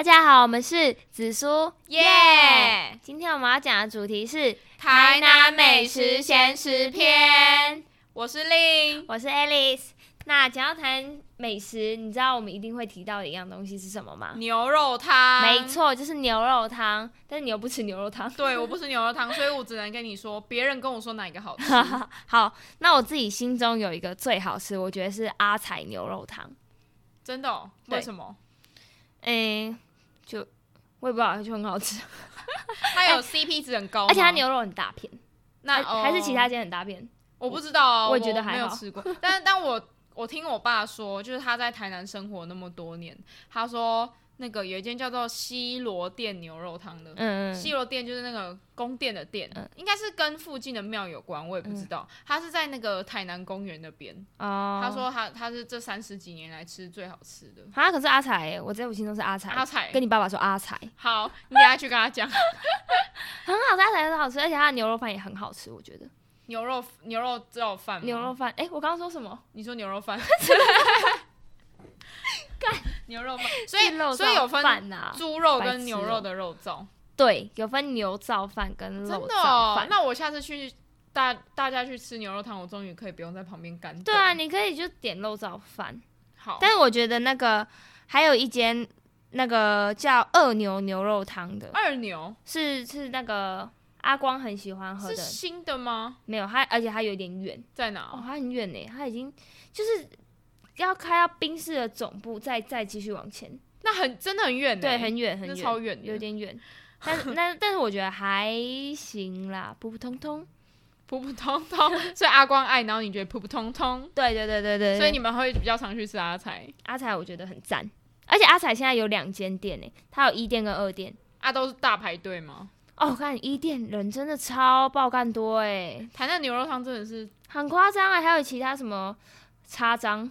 家好，我们是紫苏耶！ 今天我们要讲的主题是台南美食闲食篇。我是令， 我是 Alice。那讲到台南美食，你知道我们一定会提到的一样东西是什么吗？ 牛肉汤。 没错，就是牛肉汤。但是你又不吃牛肉汤。 对，我不吃牛肉汤，所以我只能跟你说，别人跟我说哪一个好吃。 好，那我自己心中有一个最好吃，我觉得是阿财牛肉汤。 真的哦？为什么？ 就我也不知道，就很好吃。 它有 CP 值很高吗， 而且它牛肉很大片。 那还是其他间很大片？ 我不知道啊， 我也觉得还好。 没有吃过，但我听我爸说，就是他在台南生活那么多年，他说那个有一间叫做西罗店牛肉汤的，西罗店就是那个宫殿的殿，应该是跟附近的庙有关，我也不知道。他是在那个台南公园那边。他说他是这30几年来吃最好吃的。 可是阿财我在我心中是阿财。 阿财， 跟你爸爸说阿财。 好，你等一下去跟他讲。 很好吃，阿财很好吃，而且他的牛肉饭也很好吃，我觉得。 牛肉饭吗？ 牛肉饭，我刚刚说什么？ 你说牛肉饭。 干牛肉饭，所以有分猪肉跟牛肉的肉燥。 对，有分牛燥饭跟肉燥饭。 真的哦？那我下次去大家去吃牛肉汤，我终于可以不用在旁边干等。 对啊，你可以就点肉燥饭。 好， 但是我觉得那个还有一间那个叫二牛牛肉汤的。 二牛是那个阿光很喜欢喝的。 是新的吗？ 没有，而且它有点远。 在哪？ 它很远耶，它已经就是要开到宾士的总部，再继续往前。 那真的很远耶。 对，很远，很远， 超远， 有点远。但是我觉得还行啦，普普通通。 普普通通，所以阿光爱，然后你觉得普普通通？ 对， 所以你们会比较常去吃阿财。 阿财我觉得很赞，而且阿财现在有2间店耶，它有1店跟2店。 都是大排队吗？ 我看1店人真的超爆干多耶， 台南牛肉汤真的是很夸张耶，还有其他什么插张，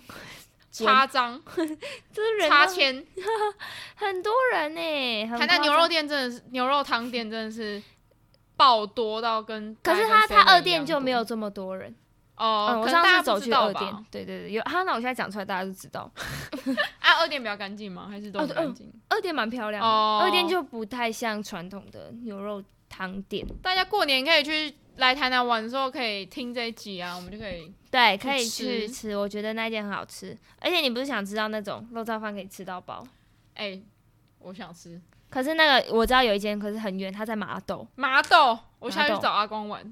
就是人插签， 很多人耶。 台南牛肉店真的是牛肉汤店真的是爆多到跟， 可是他2店就没有这么多人。我上次走去2店，对，有那我现在讲出来大家就知道。 2店比较干净吗？还是都很干净 ？2店蛮漂亮的，2店就不太像传统的牛肉汤店。 大家过年可以去来台南玩的时候，可以听这一集啊，我们就可以可以去吃。我觉得那间很好吃，而且你不是想知道那种肉燥饭可以吃到饱？ 我想吃。 可是那个我知道有一间，可是很远，他在麻豆。 我下去找阿光玩。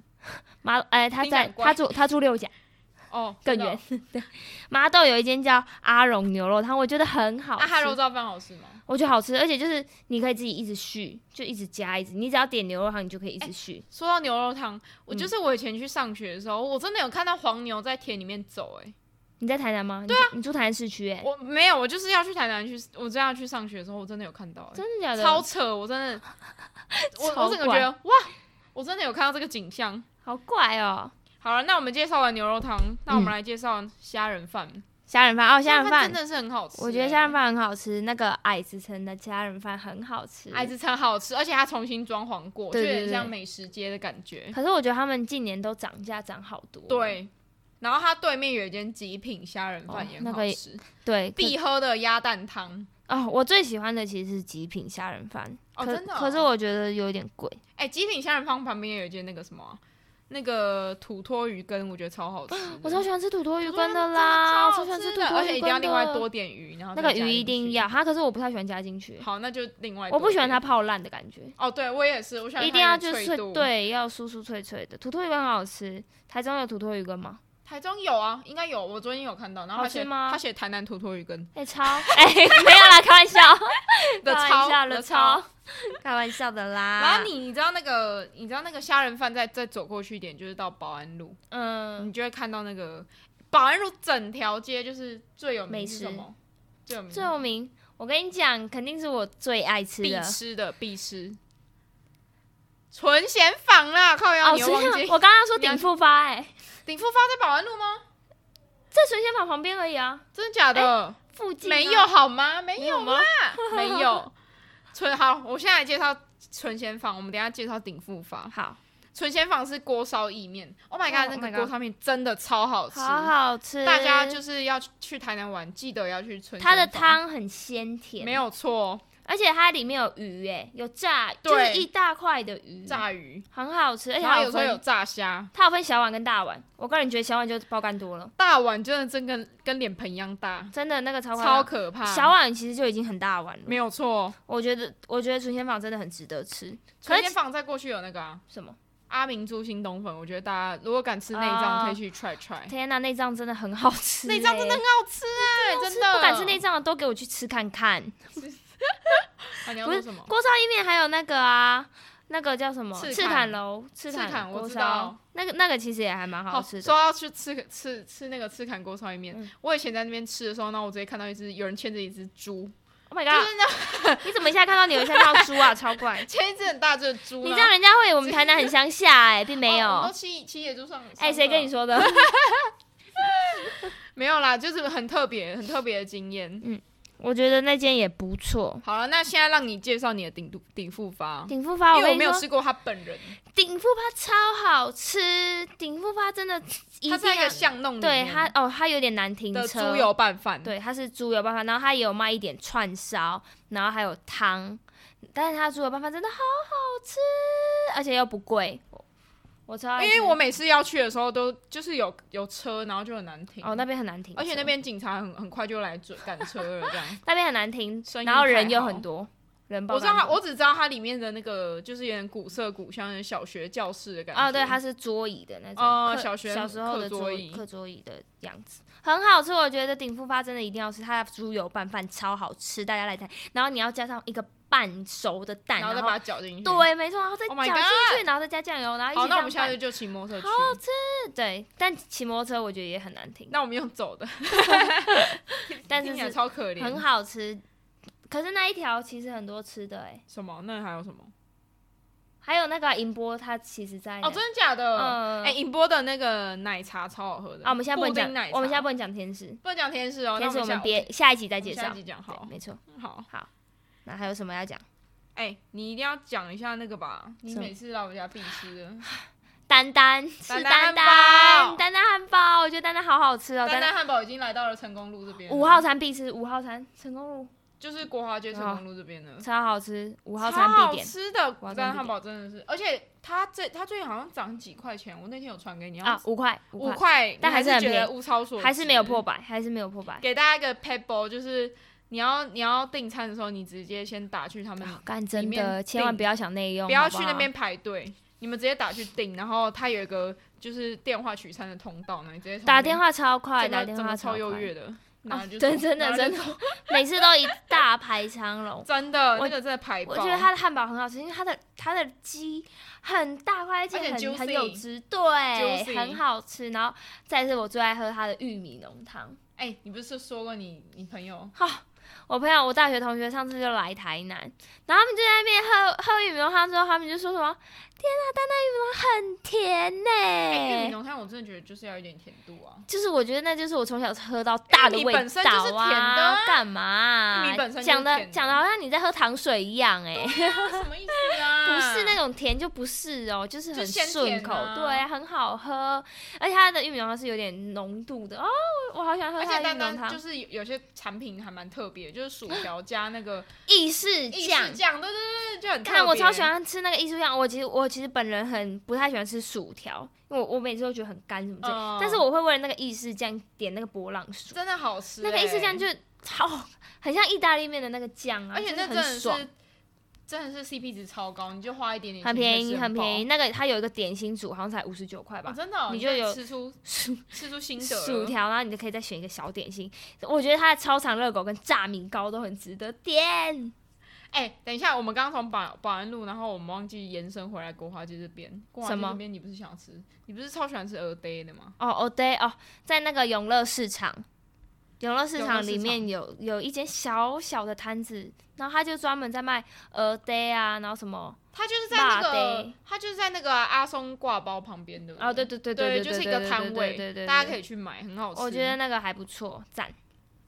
他住6甲。更远。对，麻豆有一间叫阿荣牛肉汤，我觉得很好吃。 他肉燥饭好吃吗？ 我觉得好吃，而且就是你可以自己一直续，就一直加，你只要点牛肉汤，你就可以一直续。 说到牛肉汤，我以前去上学的时候，我真的有看到黄牛在田里面走。 你在台南吗？ 对啊， 你住台南市区。 我没有，我就是要去台南去，我这样去上学的时候，我真的有看到。 真的假的？ 超扯，我真的，我整个觉得哇，我真的有看到这个景象， 好怪哦。 好了，那我们介绍完牛肉汤，那我们来介绍虾仁饭。 虾仁饭真的是很好吃。 我觉得虾仁饭很好吃，那个矮子城的虾仁饭很好吃。 矮子城好吃，而且它重新装潢过，就有点像美食街的感觉。 可是我觉得他们近年都涨价涨好多。 对，然后它对面有一间极品虾仁饭也很好吃。 对， 必喝的鸭蛋汤。 我最喜欢的其实是极品虾仁饭。 真的。 可是我觉得有点贵。 极品虾仁饭旁边有一间那个什么。那个土托鱼羹，我觉得超好吃。 我超喜欢吃土托鱼羹的啦，我超喜欢吃土托鱼羹的， 而且一定要另外多点鱼，然后那个鱼一定要。可是我不太喜欢加进去。 好，那就另外。 我不喜欢它泡烂的感觉。 对我也是，我喜欢它一定要就脆度。对，要酥酥脆脆的。土托鱼羹很好吃。台中有土托鱼羹吗？ 台中有啊，应该有。我昨天有看到，然后他写台南土托鱼羹。 没有啦，开玩笑开玩笑的啦。 然后你知道那个虾仁饭再走过去一点，就是到保安路，你就会看到那个保安路整条街就是最有名是什么？ 最有名，我跟你讲，肯定是我最爱吃的必吃纯咸坊啦！靠腰，你又忘记？ 我刚刚说鼎富发鼎富发在保安路吗？ 在纯咸坊旁边而已啊。 真的假的？ 附近没有好吗？没有吗？没有。好，我现在来介绍纯咸坊，我们等一下介绍鼎富发。 好， 纯咸坊是锅烧意面 ，Oh my god， 那个锅烧面真的超好吃， 好好吃。 大家就是要去台南玩，记得要去纯咸坊。 它的汤很鲜甜， 没有错。 而且它里面有鱼有炸，就是一大块的鱼， 炸鱼很好吃，而且它有时候有炸虾， 它有分小碗跟大碗，我个人觉得小碗就爆干多了， 大碗真的跟脸盆一样大， 真的那个超可怕， 小碗其实就已经很大碗了， 没有错， 我觉得纯鲜坊真的很值得吃， 纯鲜坊再过去有那个什么阿明猪新东粉，我觉得大家如果敢吃内脏可以去 try。 天哪，内脏真的很好吃， 内脏真的很好吃真的。 不敢吃内脏的都给我去吃看看。 你要说什么？ 锅烧意面还有那个那个叫什么？赤坎楼，赤坎锅烧，那个其实也还蛮好吃的。 说要去吃那个赤坎锅烧意面，我以前在那边吃的时候，那我直接看到有人牵着一只猪。 Oh my god！ 你怎么一下看到牛，一下看到猪啊？超怪！ 牵一只很大只的猪， 你这样人家会以为我们台南很乡下并没有。 我们都骑野猪上。 谁跟你说的？ 没有啦，就是很特别的经验。 我觉得那间也不错。 好了，那现在让你介绍你的鼎富发。 鼎富发， 因为我没有吃过他本人。 鼎富发超好吃，鼎富发真的， 它在一个巷弄里面。 对它有点难停车。 的猪油拌饭。 对，它是猪油拌饭，然后它也有卖一点串烧，然后还有汤，但是它猪油拌饭真的好好吃，而且又不贵。我超爱吃， 因为我每次要去的时候都就是有车，然后就很难停。 那边很难停， 而且那边警察很快就来赶车了，这样。 那边很难停，然后人又很多，人爆。 我只知道它里面的那个就是有点古色古香的小学教室的感觉。 对，它是桌椅的那种，小时候的课桌椅的样子，很好吃。我觉得鼎富发真的一定要吃，它的猪油拌饭超好吃，大家来台。然后你要加上一个半熟的蛋， 然后再把它搅进去。 对，没错，然后再搅进去，然后再加酱油，然后一起。 好，那我们下次就骑摩托车去。 好好吃，对，但骑摩托车我觉得也很难停。 那我们用走的， 但是超可怜， 很好吃。可是那一条其实很多吃的什么？那还有什么？ 还有那个银波，它其实在真的假的？银波的那个奶茶超好喝的。 我们现在不能讲天使， 不能讲天使哦。 天使我们下一集再介绍。 下一集讲好， 没错。 好。 那还有什么要讲？ 你一定要讲一下那个吧？你每次来我家必吃的丹丹汉堡，我觉得丹丹好好吃哦。 丹丹汉堡已经来到了成功路这边 ，5号餐必吃，5号餐成功路就是国华街成功路这边的， 超好吃，5号餐必点。 超好吃的丹丹汉堡真的是，而且它最近好像涨几块钱，我那天有传给你 ，5 块， 但还是很便宜， 物超所值， 还是没有破百， 给大家一个 pebble， 就是你要订餐的时候，你直接先打去他们真的，千万不要想内用， 不要去那边排队，你们直接打去订，然后它有一个就是电话取餐的通道，你直接打电话超快， 超优越的。 真的，每次都一大排长龙， 真的，那个真的排爆。 我觉得它的汉堡很好吃，因为它的鸡很大块，而且很有汁，对，很好吃。然后再是我最爱喝它的玉米浓汤。 你不是说过你朋友？ 我大学同学上次就来台南，然后他们就在那边喝玉米浓汤之后，他们就说什么：“天啊，丹丹玉米浓汤很甜呢！” 玉米浓汤我真的觉得就是要一点甜度啊。 就是我觉得那就是我从小喝到大的味道啊！干嘛？ 玉米本身讲的好像你在喝糖水一样什么意思啊？ 不是那种甜就不是哦，就是很顺口，对，很好喝。而且它的玉米浓汤是有点浓度的我好喜欢喝它的玉米浓汤。 就是有些产品还蛮特别，就是薯条加那个意式酱， 对，就很特别。 看我超喜欢吃那个意式酱，我其实本人很不太喜欢吃薯条，因为我每次都觉得很干什么之类但是我会为了那个意式酱点那个波浪薯， 真的好吃。 那个意式酱就很像意大利面的那个酱啊， 而且那真的是 CP 值超高，你就花一点点钱很便宜。那个它有一个点心组，好像才59块吧， 真的， 你就有吃出心得薯条，然后你就可以再选一个小点心。我觉得它的超长热狗跟炸米糕都很值得点。 等一下，我们刚刚从保安路，然后我们忘记延伸回来国华街这边。国华街这边你不是想吃？你不是超喜欢吃蚵嗲的吗？ 蚵嗲在那个永乐市场。永乐市场里面有一间小小的摊子，然后他就专门在卖蚵嗲啊，然后什么， 他就是在那个阿松挂包旁边的对， 就是一个摊位，大家可以去买，很好吃。 我觉得那个还不错，赞。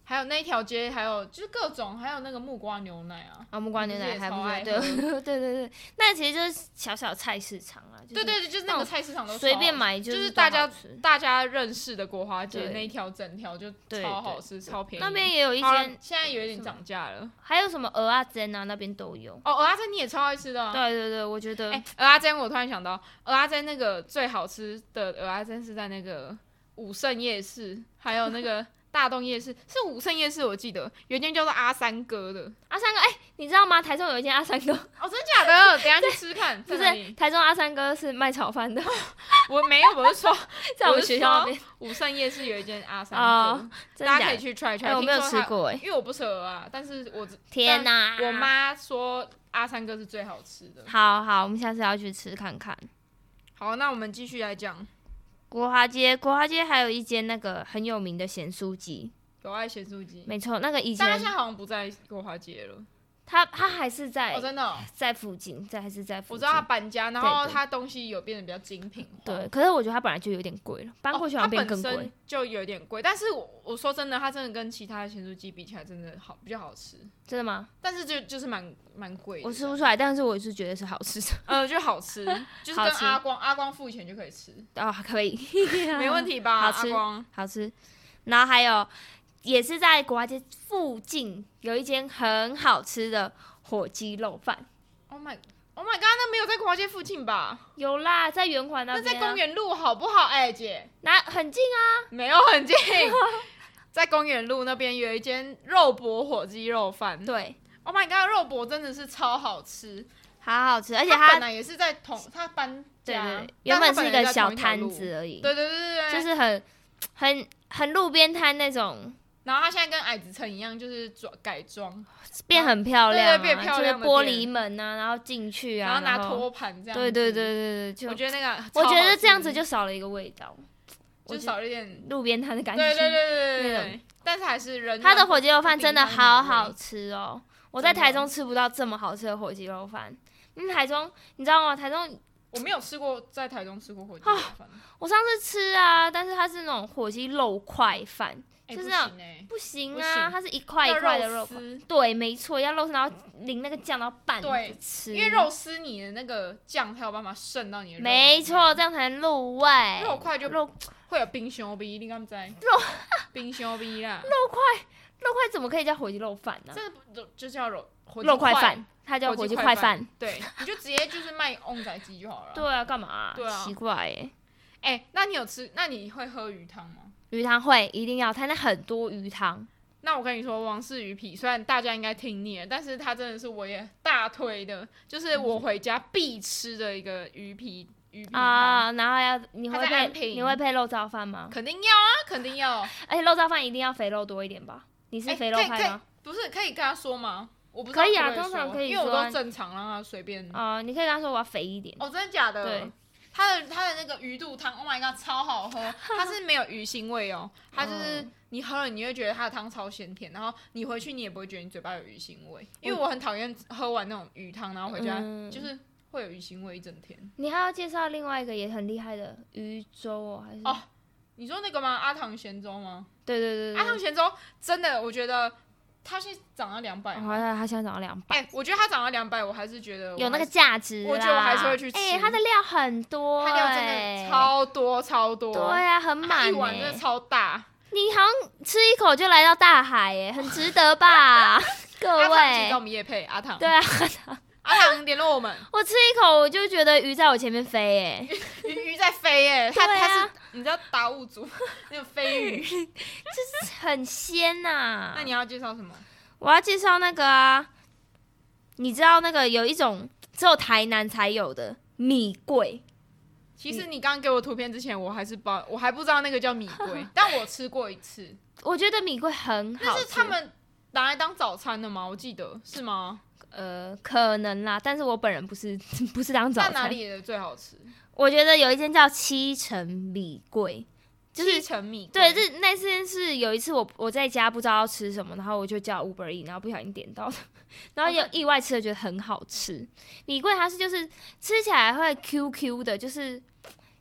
还有那一条街，还有就是各种，还有那个木瓜牛奶啊， 木瓜牛奶还不错，对，那其实就是小小菜市场啊， 对，就是那个菜市场都随便买就是大家认识的国华街那一条整条就超好吃，超便宜。 那边也有一间， 现在有一点涨价了。 还有什么蚵仔煎啊，那边都有。 蚵仔煎你也超爱吃的。 对，我觉得。 蚵仔煎我突然想到，蚵仔煎那个最好吃的蚵仔煎是在那个武圣夜市，还有那个。大东夜市是武圣夜市，我记得有一间叫做阿三哥的。 阿三哥，你知道吗？台中有一间阿三哥。 哦，真的假的？等一下去吃看。 不是，台中阿三哥是卖炒饭的。 我没有，我是说在我们学校那边武圣夜市有一间阿三哥，大家可以去 try。 我没有吃过因为我不吃蚵啊，但是天哪， 我妈说阿三哥是最好吃的。 好，我们下次要去吃看看。 好，那我们继续来讲。 国华街还有一间那个很有名的咸酥鸡， 有爱咸酥鸡， 没错，那个以前， 但他现在好像不在国华街了。 他还是在真的在附近，还是在附近。 我知道他搬家，然后他东西有变得比较精品化。 对，可是我觉得他本来就有点贵了，搬过去好像变更贵。 他本身就有点贵，但是我说真的，他真的跟其他的咸酥鸡比起来，真的比较好吃。 真的吗？ 但是就是蛮贵的。 我吃不出来，但是我是觉得是好吃的。 就好吃，就是跟阿光付钱就可以吃。 可以， 没问题吧？ 好吃， 阿光好吃。然后还有也是在国华街附近有一间很好吃的火鸡肉饭。 Oh my god！ 那没有在国华街附近吧？ 有啦，在圆环那边。 那在公园路好不好？姐， 很近啊。 没有很近，在公园路那边有一间肉伯火鸡肉饭。 对 ，Oh my god！ 肉伯真的是超好吃， 好好吃，而且他本来也是在他搬家， 对，原本是一个小摊子而已。 对， 就是很路边摊那种。 然后他现在跟矮子城一样，就是改装， 变很漂亮， 对，变漂亮的玻璃门啊，然后进去啊， 然后拿托盘这样。 对， 我觉得那个， 我觉得这样子就少了一个味道， 就少了一点路边摊的感觉。 对，但是还是人。 他的火鸡肉饭真的好好吃哦！我在台中吃不到这么好吃的火鸡肉饭。台中你知道吗？台中我没有在台中吃过火鸡肉饭。 我上次吃啊，但是它是那种火鸡肉块饭。就是那种不行啊，它是一块一块的肉丝，对，没错，要肉丝，然后淋那个酱，然后拌着吃。 因为肉丝你的那个酱才有办法渗到你的肉。 没错，这样才能入味。 肉块就会有冰箱味，你敢不知？冰箱味啦。肉块怎么可以叫火鸡肉饭呢？ 这就叫肉块饭，它叫火鸡块饭。 对，你就直接就是卖旺仔鸡就好了。 对啊，干嘛？ 对啊， 奇怪那你有吃？那你会喝鱼汤吗？ 鱼汤会，一定要，它那很多鱼汤。 那我跟你说，王氏鱼皮虽然大家应该听腻了，但是它真的是我也大推的，就是我回家必吃的一个鱼皮啊。然后你会配肉燥饭吗？ 肯定要啊，肯定要。 而且肉燥饭一定要肥肉多一点吧？你是肥肉派吗？ 不是，可以跟他说吗？我不知道可以啊，通常可以说，因为我都正常让他随便。 你可以跟他说我要肥一点。 哦，真的假的？ 对。 它的那个鱼肚汤 ，Oh my god， 超好喝！它是没有鱼腥味哦，它就是你喝了你会觉得它的汤超鲜甜，然后你回去你也不会觉得你嘴巴有鱼腥味，因为我很讨厌喝完那种鱼汤，然后回家就是会有鱼腥味一整天。 你还要介绍另外一个也很厉害的鱼粥还是？ 你说那个吗？阿唐咸粥吗？ 对， 阿唐咸粥真的，我觉得。它现在涨到200， 它现在涨到200。 我觉得它涨到200，我还是觉得有那个价值。 我觉得我还是会去吃。 它的料很多， 它料真的超多。 对啊，很满。 一碗真的超大。 你好像吃一口就来到大海，很值得吧？各位。 阿唐请找我们业配，阿唐。 对啊， 阿唐联络我们。 我吃一口我就觉得鱼在我前面飞， 鱼在飞，它是你知道达悟族那种飞鱼， 就是很鲜呐。 那你要介绍什么？ 我要介绍那个啊，你知道那个有一种只有台南才有的米桂。 其实你刚刚给我图片之前，我还不知道那个叫米桂，但我吃过一次。 我觉得米桂很好吃。 但是他们拿来当早餐的吗？我记得是吗？ 可能啦，但是我本人不是当早餐。 那哪里的最好吃？ 我觉得有一间叫七成米桂，就是七成米桂。对，那次是有一次我在家不知道要吃什么，然后我就叫 Uber Eats， 然后不小心点到的，然后有意外吃了，觉得很好吃。米桂它是就是吃起来会 QQ 的，就是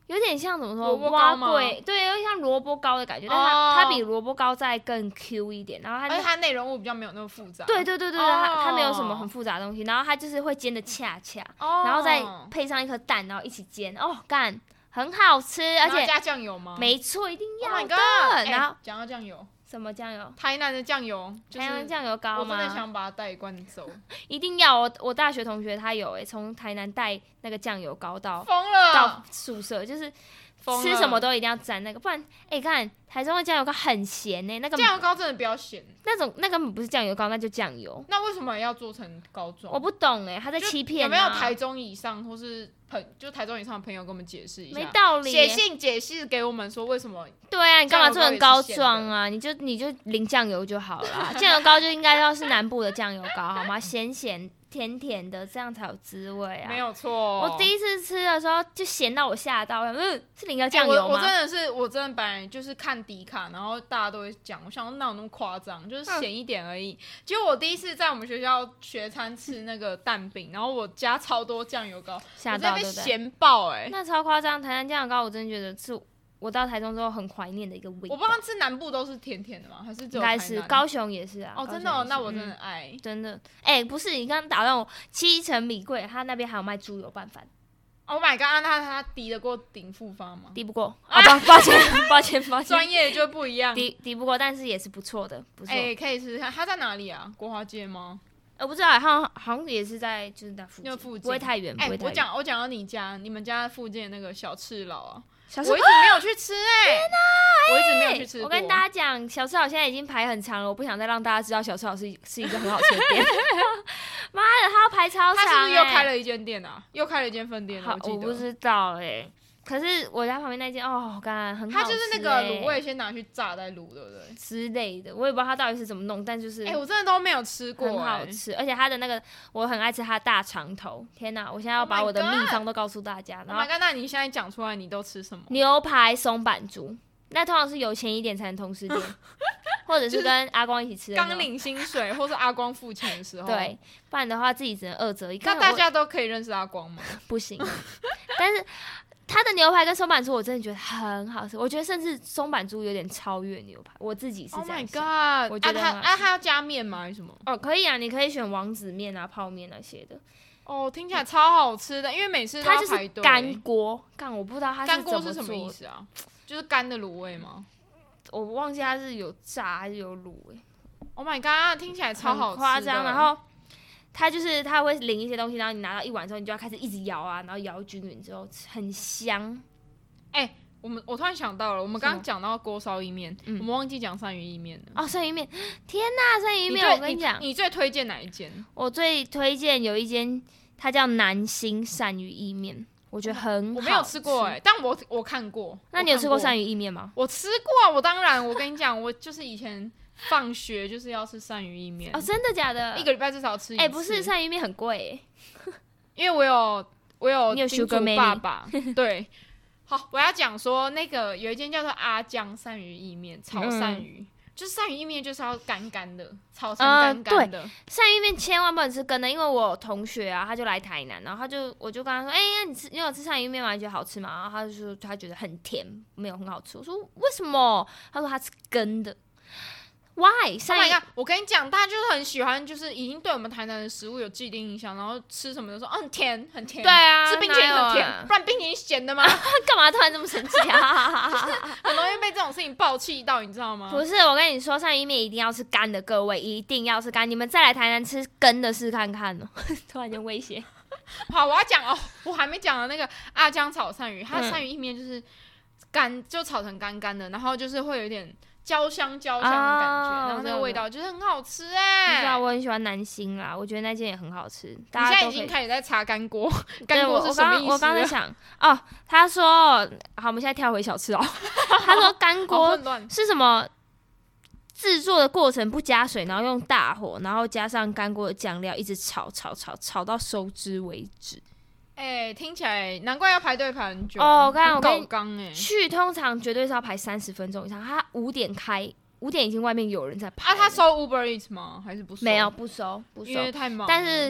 有点像怎么说蛙桂，对，有点像萝卜糕的感觉，但是它比萝卜糕再更 Q 一点，然后它内容物比较没有那么复杂。 对，它没有什么很复杂的东西，然后它就是会煎的恰恰，然后再配上一颗蛋，然后一起煎，干很好吃，而且加酱油吗？ 没错，一定要的。然后讲到酱油。 什么酱油？ 台南的酱油， 台南酱油膏吗？ 我真的想把它带一罐走。 一定要！我大学同学他有从台南带那个酱油膏到宿舍，就是吃什么都一定要沾那个，不然看台中的酱油膏很咸那个酱油膏真的比较咸， 那根本不是酱油膏，那就酱油。 那为什么要做成膏状？ 我不懂他在欺骗。 有没有台中以上或是就台中以上的朋友跟我们解释一下？ 没道理， 写信解释给我们说为什么？ 对啊，你干嘛做成膏状啊？你就淋酱油就好了。酱油膏就应该要是南部的酱油膏好吗？咸咸甜甜的，这样才有滋味啊！ 没有错。 我第一次吃的时候就咸到我吓到，是淋了酱油吗？ 我真的本来就是看迪卡，然后大家都会讲，我想说哪有那么夸张，就是咸一点而已。结果我第一次在我们学校学餐吃那个蛋饼，然后我加超多酱油膏， 吓到， 我直接被咸爆那超夸张！台南酱油膏我真的觉得是我到台中之后很怀念的一个味道。 我不知道吃南部都是甜甜的吗？还是只有应该是高雄也是啊。 真的那我真的爱。 真的不是你刚刚打断我，七成米贵，他那边还有卖猪油拌饭。 Oh my god！ 他敌得过鼎富发吗？ 敌不过抱歉， 专业就不一样。 敌不过，但是也是不错的，不错。 可以试试看。他在哪里啊？国华街吗？ 我不知道，好像也是在就是那附近，不会太远。 我讲到你们家附近的那个小赤佬啊， 我一直没有去吃我一直没有去吃过。 我跟大家讲，小赤佬现在已经排很长了，我不想再让大家知道小赤佬是一个很好吃的店。妈的，他要排超长。 他是不是又开了一间店啊？又开了一间分店？ 我不知道可是我家旁边那间干很好吃。 他就是那个卤味先拿去炸再卤，对不对？ 之类的，我也不知道他到底是怎么弄，但就是我真的都没有吃过， 很好吃。而且他的那个我很爱吃他的大肠头，天哪！我现在要把我的秘方都告诉大家。 然后那你现在讲出来，你都吃什么？ 牛排松板猪，那通常是有钱一点才能同时点，或者是跟阿光一起吃的。 刚领薪水，或是阿光付钱的时候。 对，不然的话自己只能2折1个。 那大家都可以认识阿光吗？ 不行，但是。它的牛排跟松板猪我真的觉得很好吃，我觉得甚至松板猪有点超越牛排，我自己是这样想。 Oh my god！ 我觉得它要加面吗？还是什么？ 可以啊，你可以选王子面啊、泡面那些的。 听起来超好吃的，因为每次都要排队。 它就是干锅，我不知道它是干锅是什么意思啊？就是干的卤味吗？ 我忘记它是有炸还是有卤 Oh my god！ 听起来超好吃的， 夸张。然后它会淋一些东西，然后你拿到一碗之后，你就要开始一直摇啊，然后摇均匀之后很香。 我突然想到了，我们刚刚讲到锅烧意面，我们忘记讲鳝鱼意面了。 鳝鱼面，天哪，鳝鱼面！我跟你讲， 你最推荐哪一间？ 我最推荐有一间，它叫南星鳝鱼意面，我觉得很好吃。 我没有吃过但我看过。 那你有吃过鳝鱼意面吗？ 我吃过，我当然，我跟你讲，我就是以前放学就是要吃鳝鱼意面。 真的假的？ 一个礼拜至少吃一次。 不是，鳝鱼面很贵因为我有叮嘱爸爸。对。好，我要讲说那个有一间叫做阿江鳝鱼意面，炒鳝鱼，就是鳝鱼意面就是要干干的，炒成干干的。 鳝鱼意面千万不能吃羹的，因为我有同学啊，他就来台南，然后我就跟他说，你有吃鳝鱼意面吗？你觉得好吃吗？然后他就说他觉得很甜，没有很好吃。我说为什么？他说他吃羹的。Why？ 我跟你讲，大家就是很喜欢，就是已经对我们台南的食物有既定印象，然后吃什么的时候，很甜，很甜。 对啊， 吃冰淇淋很甜，不然冰淇淋咸的吗？ 干嘛突然这么生气啊？ 就是很容易被这种事情爆气到，你知道吗？ 不是，我跟你说，鳝鱼面一定要吃干的，各位一定要吃干。你们再来台南吃羹的试看看哦。突然间威胁。 好，我要讲我还没讲的那个阿江炒鳝鱼，它的鳝鱼意面就是干，就炒成干干的，然后就是会有点。焦香的感觉，然后那个味道就是很好吃你知道我很喜欢南星啦，我觉得那间也很好吃。你现在已经开始在查干锅，干锅是什么意思？ 我刚才想他说好，我们现在跳回小吃佬。他说干锅是什么？制作的过程不加水，然后用大火，然后加上干锅的酱料，一直炒到收汁为止。 听起来难怪要排队排很久我跟你去通常绝对是要排30分钟以上。他5点开，5点已经外面有人在排。 他收 Uber Eats 吗？还是不收？ 没有，不收， 因为太忙了。 但是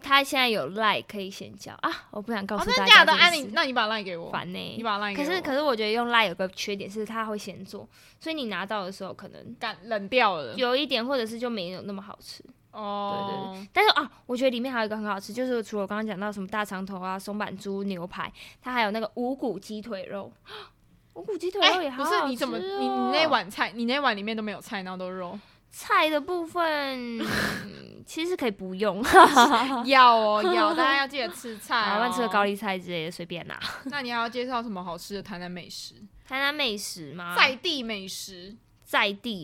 他现在有 LINE 可以先交啊，我不想告诉大家。 真的假的？那你把 LINE 给我。 烦呢， 你把 LINE 给我。 可是我觉得用 LINE 有个缺点是他会先做，所以你拿到的时候可能冷掉了， 有一点，或者是就没有那么好吃。 哦， 对，但是我觉得里面还有一个很好吃，就是除了我刚刚讲到什么大肠头啊、松板猪牛排，它还有那个五谷鸡腿肉。五谷鸡腿肉也好好吃。 不是你怎么你那碗菜，你那碗里面都没有菜，然后都是肉。 菜的部分其实可以不用， 要大家要记得吃菜台湾吃个高丽菜之类的随便拿。 那你还要介绍什么好吃的台南美食？ 台南美食吗？ 在地美食， 在地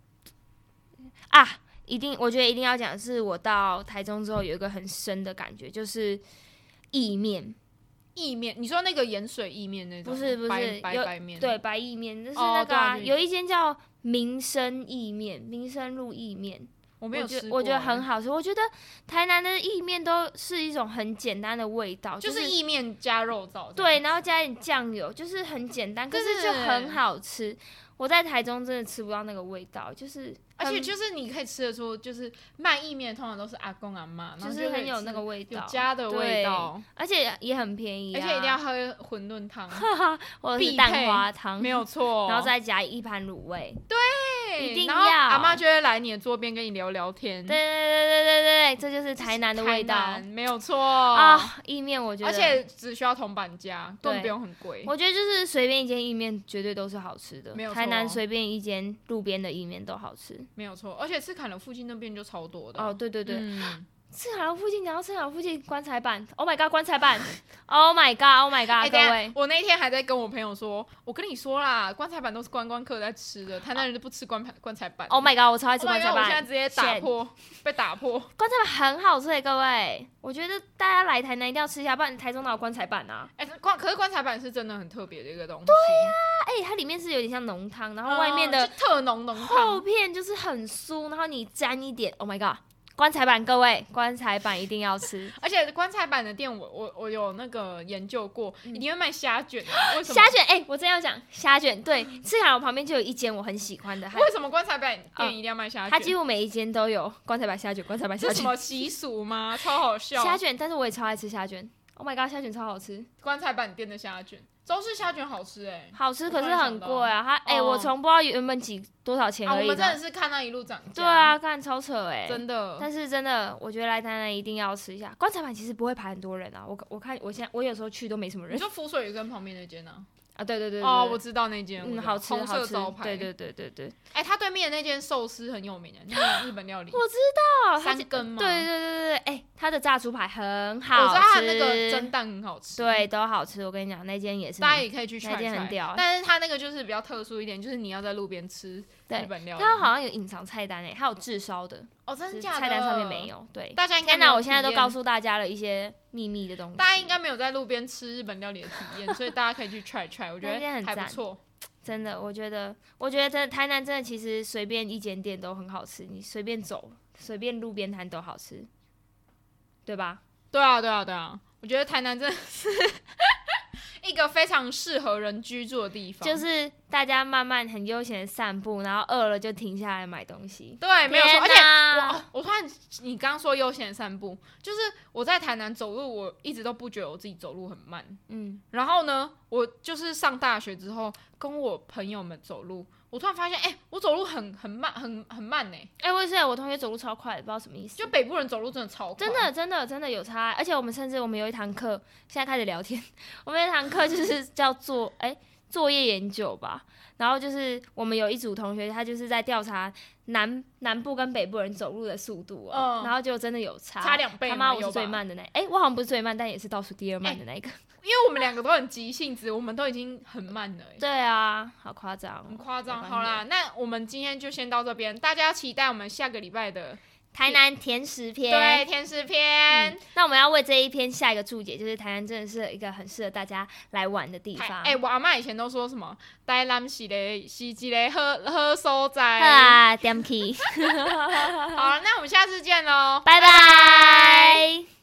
我觉得一定要讲，是我到台中之后有一个很深的感觉，就是意面。 意面，你说那个盐水意面那种？ 不是白面， 对，白意面，就是那个有一间叫民生意面，民生路意面， 我没有吃过， 我觉得很好吃。我觉得台南的意面都是一种很简单的味道， 就是意面加肉燥， 对，然后加一点酱油，就是很简单，可是就很好吃。我在台中真的吃不到那个味道，就是而且就是你可以吃得出，就是卖意面通常都是阿公阿嬷， 就是很有那个味道， 有家的味道， 而且也很便宜， 而且一定要喝馄饨汤或者是蛋花汤， 没有错， 然后再加一盘卤味， 对， 一定要。 阿嬷就会来你的桌边跟你聊聊天， 对，这就是台南的味道， 没有错啊。意面我觉得， 而且只需要铜板价，根本不用很贵。 我觉得就是随便一间意面绝对都是好吃的， 没有错。 台南随便一间路边的意面都好吃， 没有错。而且赤坎楼附近那边就超多的。 哦，对，赤坎楼附近，然后赤坎楼附近棺材板 ，Oh my god， 棺材板 ，Oh my god， 各位， 我那天还在跟我朋友说，我跟你说啦，棺材板都是观光客在吃的，台南人都不吃棺材板。 Oh my god， 我超爱吃棺材板， 我现在直接被打破。 棺材板很好吃各位，我觉得大家来台南一定要吃一下，不然台中哪有棺材板啊？ 可是棺材板是真的很特别的一个东西。 对呀，它里面是有点像浓汤，然后外面的特浓汤， 厚片就是很酥，然后你沾一点 ，Oh my god。棺材板，各位，棺材板一定要吃。 而且棺材板的店，我有那个研究过，一定会卖虾卷。为什么？ 虾卷，我真要讲虾卷。对，赤坎楼旁边就有一间我很喜欢的。 为什么棺材板店一定要卖虾卷？ 它几乎每一间都有棺材板虾卷，棺材板虾卷。 这什么习俗吗？超好笑。 虾卷，但是我也超爱吃虾卷。Oh my god， 虾卷超好吃。 棺材板店的虾卷。周氏虾卷好吃好吃，可是很贵啊！我从不知道原本多少钱而已。 我们真的是看那一路涨价。 对啊，看超扯真的。 但是真的，我觉得来台南一定要吃一下。棺材板其实不会排很多人啊，我看我有时候去都没什么人。 你说浮水鱼跟旁边那间呢？ 对。 我知道那间， 好吃， 红色招牌。 对。 它对面的那间寿司很有名的，那个日本料理。 我知道 3根吗？ 对，它的炸猪排很好吃， 我知道它那个蒸蛋很好吃， 对，都好吃。我跟你讲，那间也是， 大家也可以去那间很屌。 但是它那个就是比较特殊一点，就是你要在路边吃日本料理。 它好像有隐藏菜单它有炙烧的。 真的假的？ 菜单上面没有。对， 大家应该我现在都告诉大家了一些秘密的东西。 大家应该没有在路边吃日本料理的体验，所以大家可以去 try， 我觉得还不错。 真的，我觉得台南真的其实随便一间店都很好吃，你随便走，随便路边摊都好吃，对吧？ 对啊，我觉得台南真的是一个非常适合人居住的地方， 就是大家慢慢很悠闲的散步，然后饿了就停下来买东西。 对，没有错。而且我突然，你刚刚说悠闲的散步，就是我在台南走路，我一直都不觉得我自己走路很慢。然后呢，我就是上大学之后跟我朋友们走路，我突然发现，我走路很慢，很慢呢。 我也是，我同学走路超快的，不知道什么意思。 就北部人走路真的超快， 真的有差。而且我们有一堂课，现在开始聊天，我们有一堂课就是叫做作业研究吧。然后就是我们有一组同学，他就是在调查南部跟北部人走路的速度然后就真的有差 2倍。 他妈我是最慢的我好像不是最慢，但也是倒数第2慢的那一个。 因为我们2个都很急性子，我们都已经很慢了。 对啊，好夸张， 很夸张。好啦，那我们今天就先到这边，大家期待我们下个礼拜的台南甜食篇。 对，甜食篇。 那我们要为这一篇下一个注解，就是台南真的是一个很适合大家来玩的地方。 我阿嬷以前都说什么台南是一个好所在。 好啊，点起。 好了，那我们下次见喽， 拜拜。